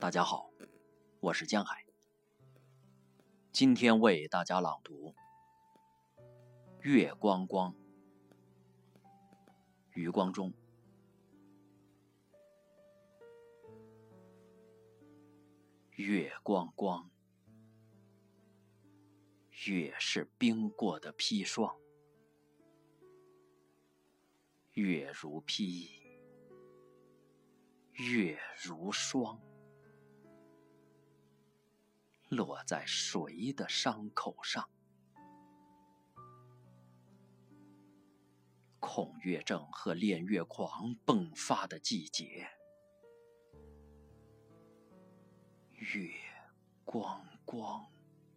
大家好，我是江海。今天为大家朗读《月光光》，余光中。月光光，月是冰过的砒霜，月如披，月如霜，落在谁的伤口上？恐月症和恋月狂迸发的季节。月光光，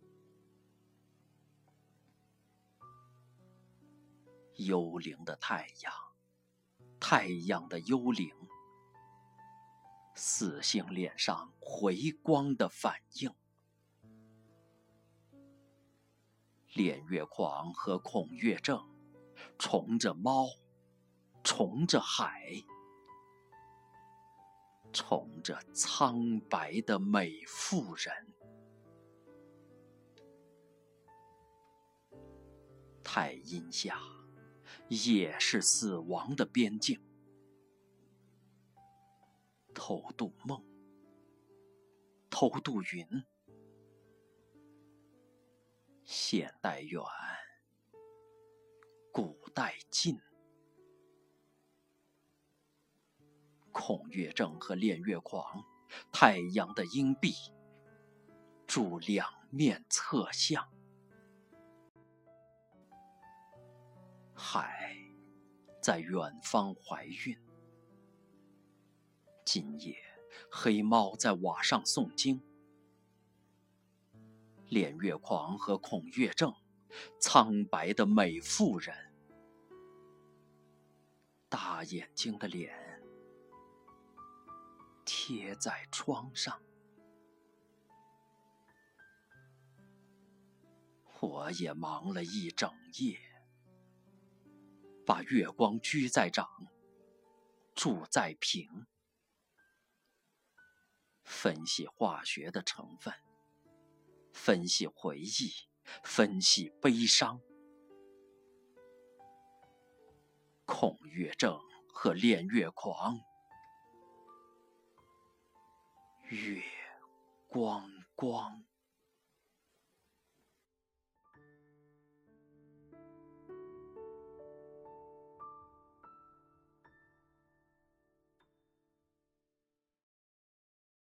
幽灵的太阳，太阳的幽灵，死性脸上回光的反应。恋月狂和恐月症，冲着猫，冲着海，冲着苍白的美妇人。太阴下，夜是死亡的边境。偷渡梦，偷渡云，现代远，古代近。恐月症和恋月狂，太阳的阴蔽，铸两面侧像。海在远方怀孕。今夜黑猫在瓦上诵经。恋月狂和恐月症，苍白的美妇人，大眼睛的脸贴在窗上。我也忙了一整夜，把月光居在掌，住在平，分析化学的成分，分析回忆，分析悲伤。恐月症和恋月狂，月光光。